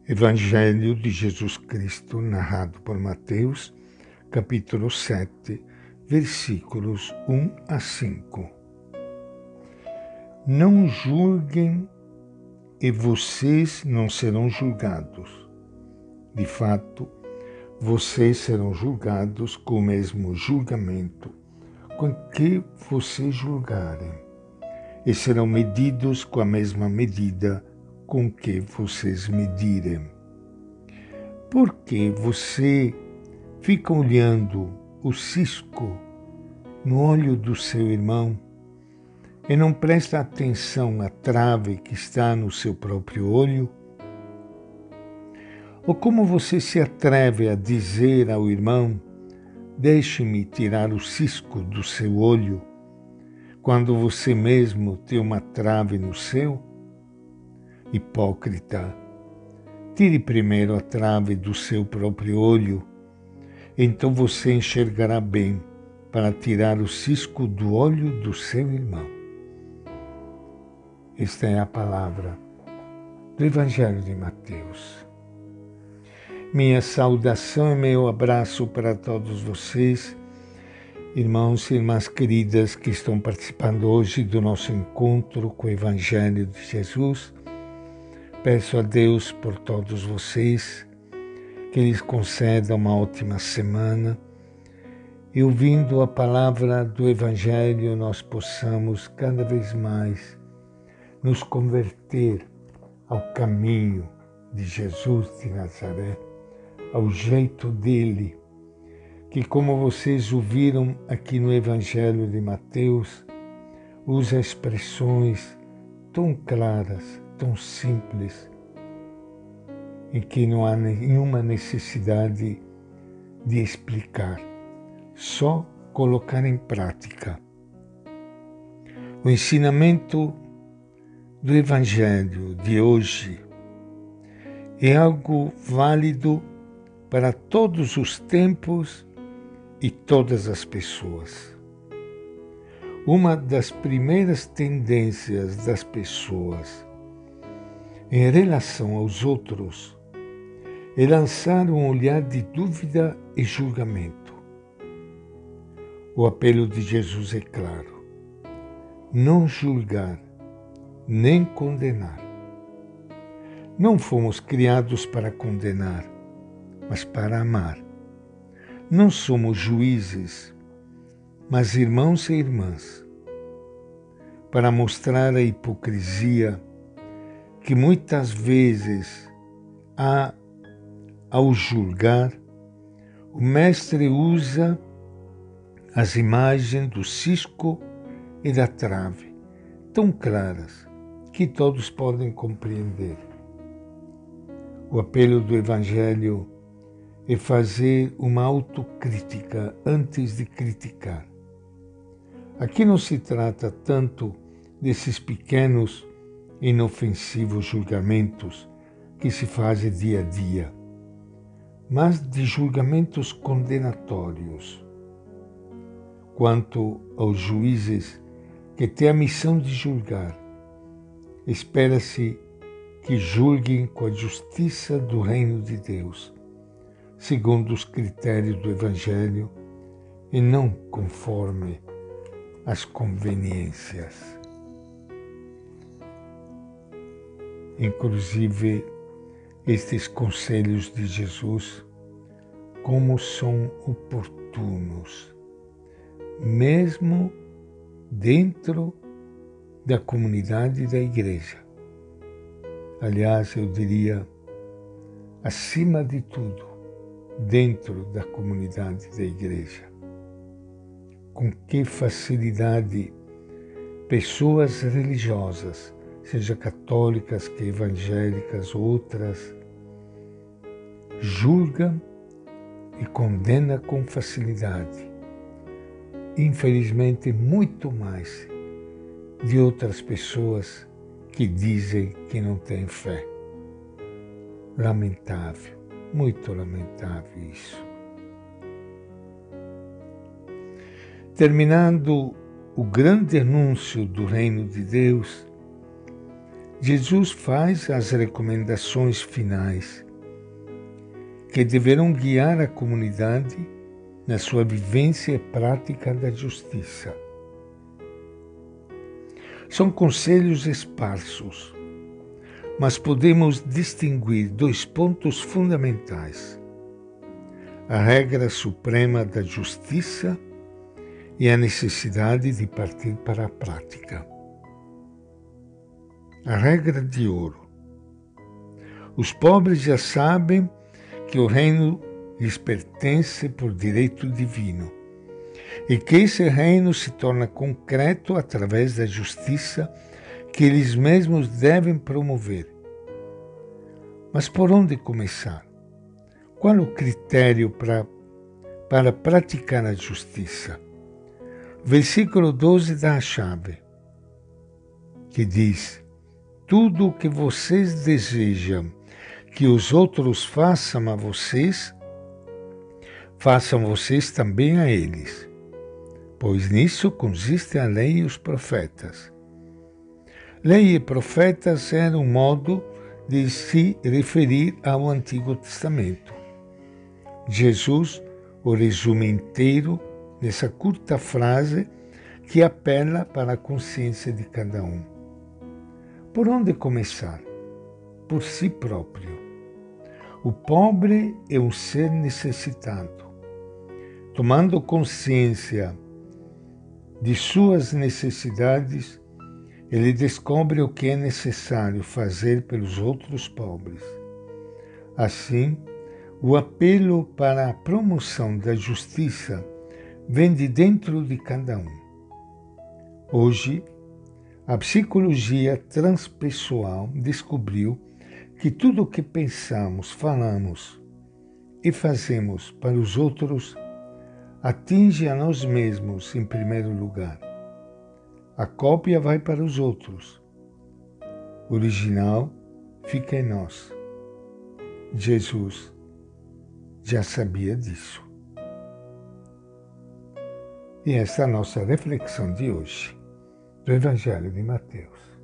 Evangelho de Jesus Cristo, narrado por Mateus, capítulo 7, versículos 1 a 5. Não julguem e vocês não serão julgados. De fato, vocês serão julgados com o mesmo julgamento com que vocês julgarem, e serão medidos com a mesma medida com que vocês medirem. Por que você fica olhando o cisco no olho do seu irmão e não presta atenção à trave que está no seu próprio olho? Ou como você se atreve a dizer ao irmão: deixe-me tirar o cisco do seu olho, quando você mesmo tem uma trave no seu? Hipócrita, tire primeiro a trave do seu próprio olho, então você enxergará bem para tirar o cisco do olho do seu irmão. Esta é a palavra do Evangelho de Mateus. Minha saudação e meu abraço para todos vocês, irmãos e irmãs queridas que estão participando hoje do nosso encontro com o Evangelho de Jesus. Peço a Deus por todos vocês, que lhes conceda uma ótima semana e, ouvindo a palavra do Evangelho, nós possamos cada vez mais nos converter ao caminho de Jesus de Nazaré, ao jeito dele, que, como vocês ouviram aqui no Evangelho de Mateus, usa expressões tão claras, tão simples, em que não há nenhuma necessidade de explicar, só colocar em prática. O ensinamento do Evangelho de hoje é algo válido para todos os tempos e todas as pessoas. Uma das primeiras tendências das pessoas em relação aos outros é lançar um olhar de dúvida e julgamento. O apelo de Jesus é claro: não julgar, nem condenar. Não fomos criados para condenar, mas para amar. Não somos juízes, mas irmãos e irmãs, para mostrar a hipocrisia que muitas vezes há ao julgar. O mestre usa as imagens do cisco e da trave, tão claras que todos podem compreender. O apelo do Evangelho é fazer uma autocrítica antes de criticar. Aqui não se trata tanto desses pequenos e inofensivos julgamentos que se fazem dia a dia, mas de julgamentos condenatórios. Quanto aos juízes que têm a missão de julgar, espera-se que julguem com a justiça do reino de Deus, segundo os critérios do Evangelho e não conforme as conveniências. Inclusive, estes conselhos de Jesus, como são oportunos, mesmo dentro da comunidade da igreja. Aliás, eu diria, acima de tudo, dentro da comunidade da igreja. Com que facilidade pessoas religiosas, seja católicas, que evangélicas, outras, julgam e condenam com facilidade. Infelizmente, muito mais de outras pessoas que dizem que não têm fé. Lamentável, muito lamentável isso. Terminando o grande anúncio do reino de Deus, Jesus faz as recomendações finais que deverão guiar a comunidade na sua vivência e prática da justiça. São conselhos esparsos, mas podemos distinguir 2 pontos fundamentais: a regra suprema da justiça e a necessidade de partir para a prática. A regra de ouro. Os pobres já sabem que o reino lhes pertence por direito divino e que esse reino se torna concreto através da justiça que eles mesmos devem promover. Mas por onde começar? Qual o critério para praticar a justiça? O versículo 12 dá a chave, que diz: tudo o que vocês desejam que os outros façam vocês também a eles, pois nisso consiste a lei e os profetas. Lei e profetas era um modo de se referir ao Antigo Testamento. Jesus o resume inteiro nessa curta frase que apela para a consciência de cada um. Por onde começar? Por si próprio. O pobre é um ser necessitado. Tomando consciência de suas necessidades, ele descobre o que é necessário fazer pelos outros pobres. Assim, o apelo para a promoção da justiça vem de dentro de cada um. Hoje, a psicologia transpessoal descobriu que tudo o que pensamos, falamos e fazemos para os outros atinge a nós mesmos em primeiro lugar. A cópia vai para os outros. O original fica em nós. Jesus já sabia disso. E esta é a nossa reflexão de hoje do Evangelho de Mateus.